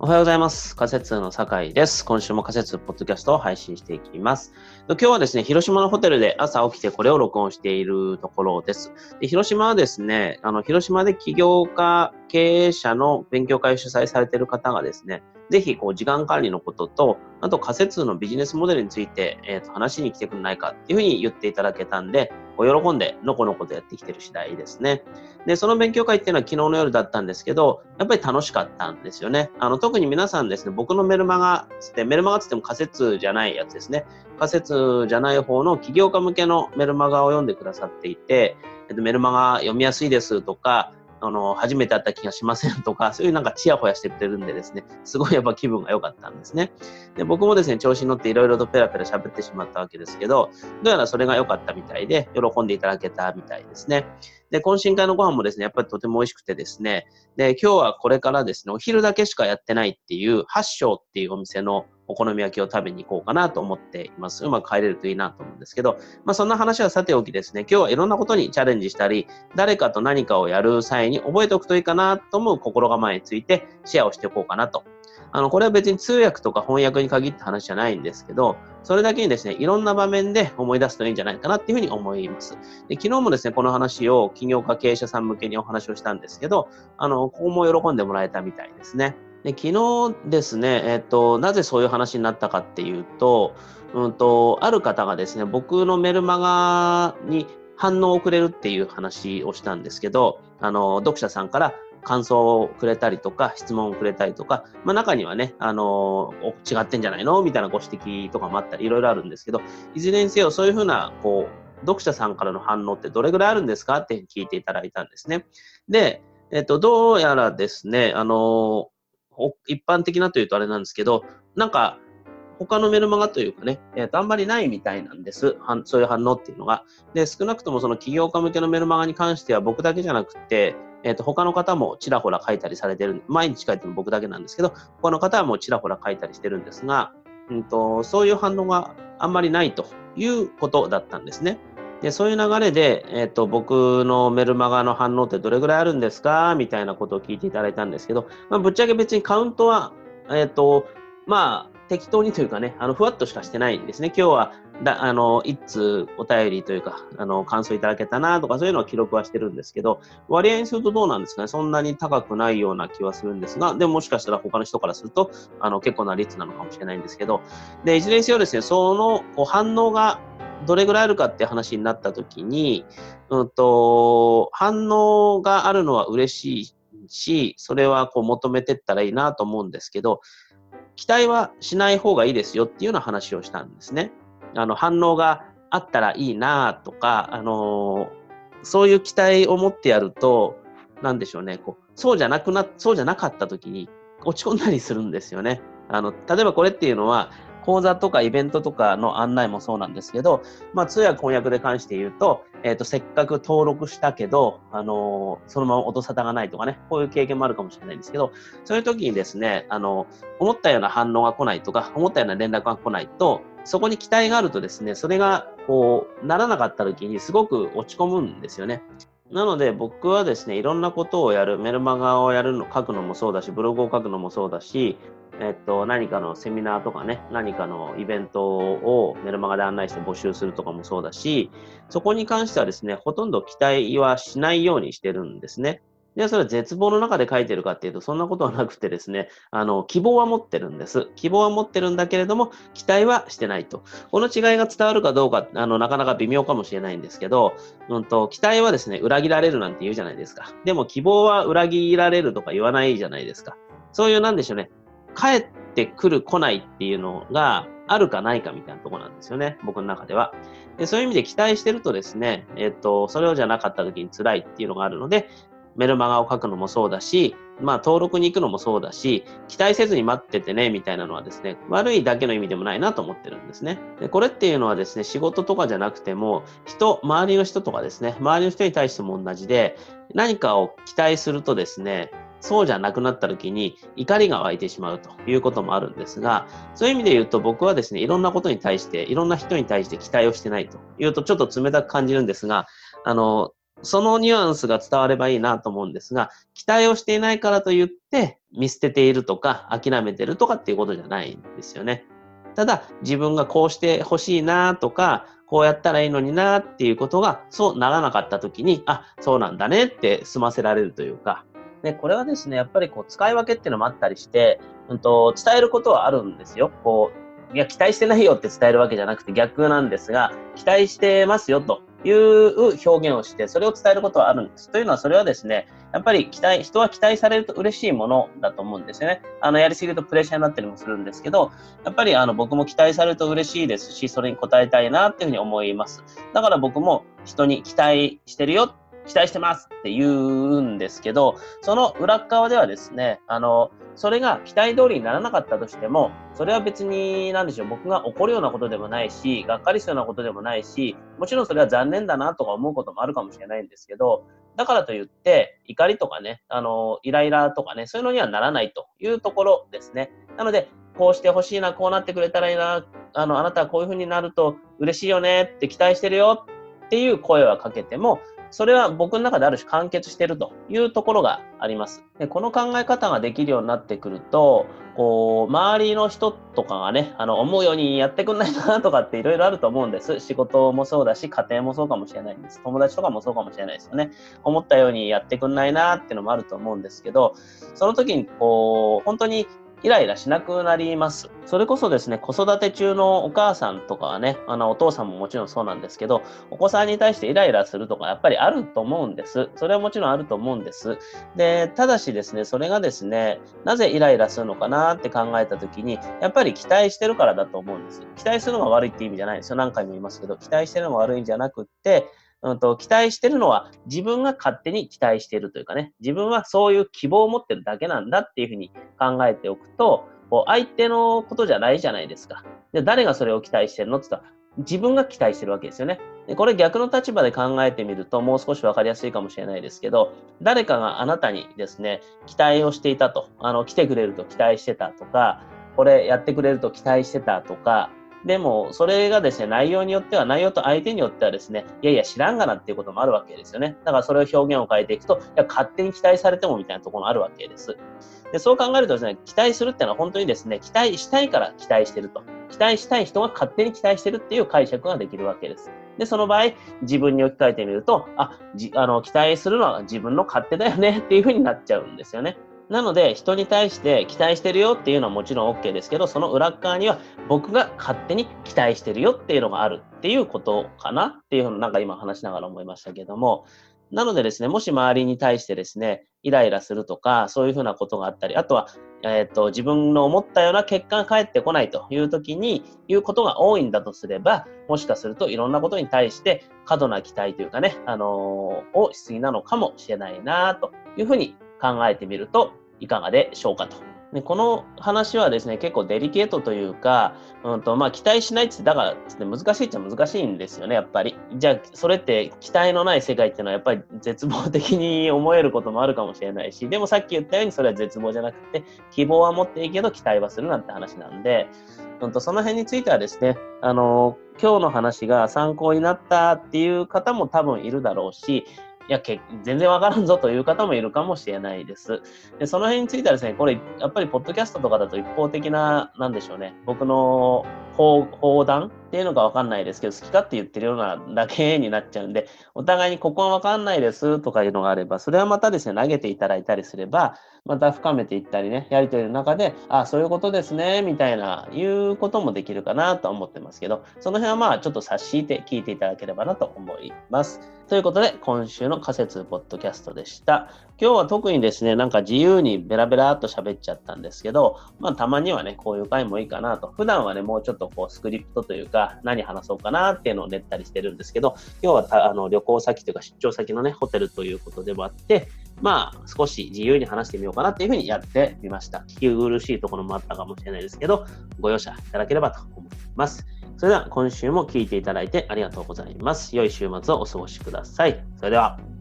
おはようございます。仮説の酒井です。今週も仮説ポッドキャストを配信していきます。今日はですね、広島のホテルで朝起きてこれを録音しているところです。で、広島はですね、広島で起業家、経営者の勉強会を主催されている方がですね、ぜひ時間管理のことと、あと仮説のビジネスモデルについて、話に来てくれないかっていうふうに言っていただけたんで、喜んでのこのことやってきている次第ですね。で、その勉強会っていうのは昨日の夜だったんですけど、やっぱり楽しかったんですよね。特に皆さんですね、僕のメルマガつっても仮説じゃないやつですね。仮説じゃない方の起業家向けのメルマガを読んでくださっていて、メルマガ読みやすいですとか、初めて会った気がしませんとか、そういうなんかチヤホヤしてくれるんでですね、すごいやっぱ気分が良かったんですね。で、僕もですね、調子に乗っていろいろとペラペラ喋ってしまったわけですけど、どうやらそれが良かったみたいで、喜んでいただけたみたいですね。で、懇親会のご飯もですね、やっぱりとても美味しくてですね、で、今日はこれからですね、お昼だけしかやってないっていう、八章っていうお店のお好み焼きを食べに行こうかなと思っています。うまく帰れるといいなと思うんですけど、そんな話はさておきですね、今日はいろんなことにチャレンジしたり、誰かと何かをやる際に覚えておくといいかなと思う心構えについてシェアをしておこうかなと。これは別に通訳とか翻訳に限った話じゃないんですけど、それだけにですね、いろんな場面で思い出すといいんじゃないかなっていうふうに思います。で、昨日もですね、この話を起業家経営者さん向けにお話をしたんですけど、ここも喜んでもらえたみたいですね。で、昨日ですね、なぜそういう話になったかっていうと、ある方がですね、僕のメルマガに反応をくれるっていう話をしたんですけど、読者さんから感想をくれたりとか、質問をくれたりとか、中にはね、違ってんじゃないのみたいなご指摘とかもあったり、いろいろあるんですけど、いずれにせよ、そういうふうな、読者さんからの反応ってどれぐらいあるんですかって聞いていただいたんですね。で、どうやらですね、一般的なというとあれなんですけど、なんか、他のメルマガというかね、あんまりないみたいなんです。そういう反応っていうのが。で、少なくともその起業家向けのメルマガに関しては僕だけじゃなくて、他の方もちらほら書いたりされてる、毎日書いてるの僕だけなんですけど、他の方はもうちらほら書いたりしてるんですが、そういう反応があんまりないということだったんですね。で、そういう流れで、僕のメルマガの反応ってどれぐらいあるんですかみたいなことを聞いていただいたんですけど、ぶっちゃけ別にカウントは、適当にというかね、ふわっとしかしてないんですね。今日は、一通お便りというか、感想いただけたなとか、そういうのは記録はしてるんですけど、割合にするとどうなんですかね。そんなに高くないような気はするんですが、でももしかしたら他の人からすると、結構な率なのかもしれないんですけど、で、いずれにせよですね、その反応がどれぐらいあるかって話になったときに、反応があるのは嬉しいし、それは求めてったらいいなと思うんですけど、期待はしない方がいいですよっていうような話をしたんですね。反応があったらいいなとか、そういう期待を持ってやると、なんでしょうね、そうじゃなかった時に落ち込んだりするんですよね。例えばこれっていうのは、講座とかイベントとかの案内もそうなんですけど、通訳翻訳で関して言うと、せっかく登録したけど、そのまま音沙汰がないとかね、こういう経験もあるかもしれないんですけど、そういう時にですね、思ったような反応が来ないとか、思ったような連絡が来ないと、そこに期待があるとですね、それがならなかった時にすごく落ち込むんですよね。なので僕はですね、いろんなことをやる、メルマガを書くのもそうだし、ブログを書くのもそうだし、何かのセミナーとかね、何かのイベントをメルマガで案内して募集するとかもそうだし、そこに関してはですね、ほとんど期待はしないようにしてるんですね。で、それは絶望の中で書いてるかっていうと、そんなことはなくてですね、希望は持ってるんです。希望は持ってるんだけれども、期待はしてないと。この違いが伝わるかどうか、なかなか微妙かもしれないんですけど、期待はですね、裏切られるなんて言うじゃないですか。でも希望は裏切られるとか言わないじゃないですか。そういうなんでしょうね、帰ってくる来ないっていうのがあるかないかみたいなところなんですよね、僕の中では。で、そういう意味で期待してるとですね、それをじゃなかった時に辛いっていうのがあるので、メルマガを書くのもそうだし、登録に行くのもそうだし、期待せずに待っててね、みたいなのはですね、悪いだけの意味でもないなと思ってるんですね。で、これっていうのはですね、仕事とかじゃなくても、周りの人とかですね、周りの人に対しても同じで、何かを期待するとですね、そうじゃなくなった時に怒りが湧いてしまうということもあるんですが、そういう意味で言うと僕はですね、いろんなことに対して、いろんな人に対して期待をしてないというとちょっと冷たく感じるんですが、 そのニュアンスが伝わればいいなと思うんですが、期待をしていないからといって見捨てているとか諦めてるとかっていうことじゃないんですよね。ただ自分がこうしてほしいなとか、こうやったらいいのになっていうことがそうならなかった時に、あ、そうなんだねって済ませられるというか、で、これはですね、やっぱりこう使い分けっていうのもあったりして、伝えることはあるんですよ。いや、期待してないよって伝えるわけじゃなくて逆なんですが、期待してますよという表現をして、それを伝えることはあるんです。というのは、それはですね、やっぱり人は期待されると嬉しいものだと思うんですよね。やりすぎるとプレッシャーになったりもするんですけど、やっぱり僕も期待されると嬉しいですし、それに応えたいなっていうふうに思います。だから僕も人に期待してるよ、期待してますって言うんですけど、その裏側ではですね、それが期待通りにならなかったとしても、それは別に、なんでしょう、僕が怒るようなことでもないし、がっかりするようなことでもないし、もちろんそれは残念だなとか思うこともあるかもしれないんですけど、だからといって、怒りとかね、イライラとかね、そういうのにはならないというところですね。なので、こうしてほしいな、こうなってくれたらいいな、あなたはこういう風になると嬉しいよねって期待してるよっていう声はかけても、それは僕の中である種完結しているというところがあります。で、この考え方ができるようになってくると、周りの人とかがね、思うようにやってくんないなとかっていろいろあると思うんです。仕事もそうだし、家庭もそうかもしれないんです。友達とかもそうかもしれないですよね。思ったようにやってくんないなっていうのもあると思うんですけど、その時に本当にイライラしなくなります。それこそですね、子育て中のお母さんとかはね、お父さんももちろんそうなんですけど、お子さんに対してイライラするとかやっぱりあると思うんです。それはもちろんあると思うんです。で、ただしですね、それがですね、なぜイライラするのかなって考えたときに、やっぱり期待してるからだと思うんです。期待するのが悪いって意味じゃないんですよ。何回も言いますけど、期待してるのが悪いんじゃなくって、期待してるのは自分が勝手に期待しているというかね、自分はそういう希望を持ってるだけなんだっていうふうに考えておくと、相手のことじゃないじゃないですか。で、誰がそれを期待してるのって言ったら、自分が期待してるわけですよね。で、これ逆の立場で考えてみると、もう少しわかりやすいかもしれないですけど、誰かがあなたにですね、期待をしていたと、来てくれると期待してたとか、これやってくれると期待してたとか、でも、それがですね、内容と相手によってはですね、いやいや知らんがなっていうこともあるわけですよね。だからそれを表現を変えていくと、いや、勝手に期待されてもみたいなところもあるわけです。で、そう考えるとですね、期待するっていうのは本当にですね、期待したいから期待してると。期待したい人が勝手に期待してるっていう解釈ができるわけです。で、その場合、自分に置き換えてみると、期待するのは自分の勝手だよねっていう風になっちゃうんですよね。なので、人に対して期待してるよっていうのはもちろん OK ですけど、その裏側には僕が勝手に期待してるよっていうのがあるっていうことかなっていうのをなんか今話しながら思いましたけども、なのでですね、もし周りに対してですね、イライラするとか、そういうふうなことがあったり、あとは、自分の思ったような結果が返ってこないという時に、いうことが多いんだとすれば、もしかするといろんなことに対して過度な期待というかね、をしすぎなのかもしれないなというふうに考えてみるといかがでしょうかと。で、この話はですね、結構デリケートというか、期待しないってだから難しいっちゃ難しいんですよね、やっぱり。じゃあ、それって期待のない世界っていうのはやっぱり絶望的に思えることもあるかもしれないし、でもさっき言ったようにそれは絶望じゃなくて、希望は持っていいけど期待はするなんて話なんで、その辺についてはですね、今日の話が参考になったっていう方も多分いるだろうし、いや、全然わからんぞという方もいるかもしれないです。で、その辺についてはですね、これ、やっぱりポッドキャストとかだと一方的な、なんでしょうね、僕の放談っていうのかわかんないですけど、好き勝手言ってるようなだけになっちゃうんで、お互いにここはわかんないですとかいうのがあれば、それはまたですね、投げていただいたりすれば、また深めていったりね、やりとりの中で、そういうことですね、みたいな、いうこともできるかなと思ってますけど、その辺はまあ、ちょっと差し引いて聞いていただければなと思います。ということで、今週の仮説ポッドキャストでした。今日は特にですね、なんか自由にベラベラっと喋っちゃったんですけど、たまにはね、こういう回もいいかなと。普段はね、もうちょっとスクリプトというか、何話そうかなっていうのを練ったりしてるんですけど、今日は旅行先というか出張先のね、ホテルということでもあって、少し自由に話してみようかなっていうふうにやってみました。聞き苦しいところもあったかもしれないですけど、ご容赦いただければと思います。それでは今週も聞いていただいてありがとうございます。良い週末をお過ごしください。それでは。